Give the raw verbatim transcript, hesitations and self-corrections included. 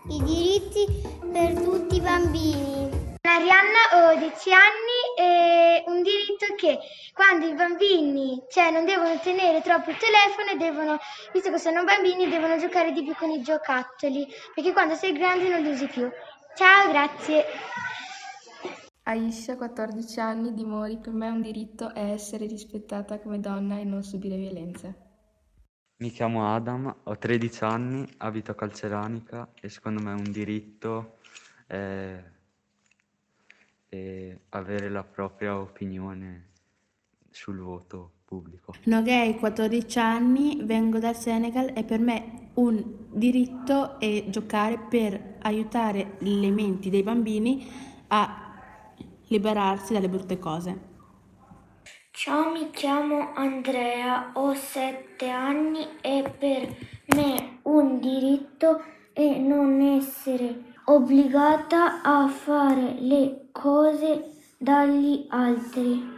I diritti per tutti i bambini. Arianna ho dieci anni e un diritto è che quando i bambini, cioè, non devono tenere troppo il telefono e devono, visto che sono bambini, devono giocare di più con i giocattoli, perché quando sei grande non li usi più. Ciao, grazie. Aisha, quattordici anni, dimori, per me un diritto è essere rispettata come donna e non subire violenze. Mi chiamo Adam, ho tredici anni, abito a Calceranica e secondo me un diritto è, è avere la propria opinione sul voto pubblico. Noghei, quattordici anni, vengo dal Senegal e per me un diritto è giocare per aiutare le menti dei bambini a liberarsi dalle brutte cose. Ciao, mi chiamo Andrea, ho sette anni e per me un diritto è non essere obbligata a fare le cose dagli altri.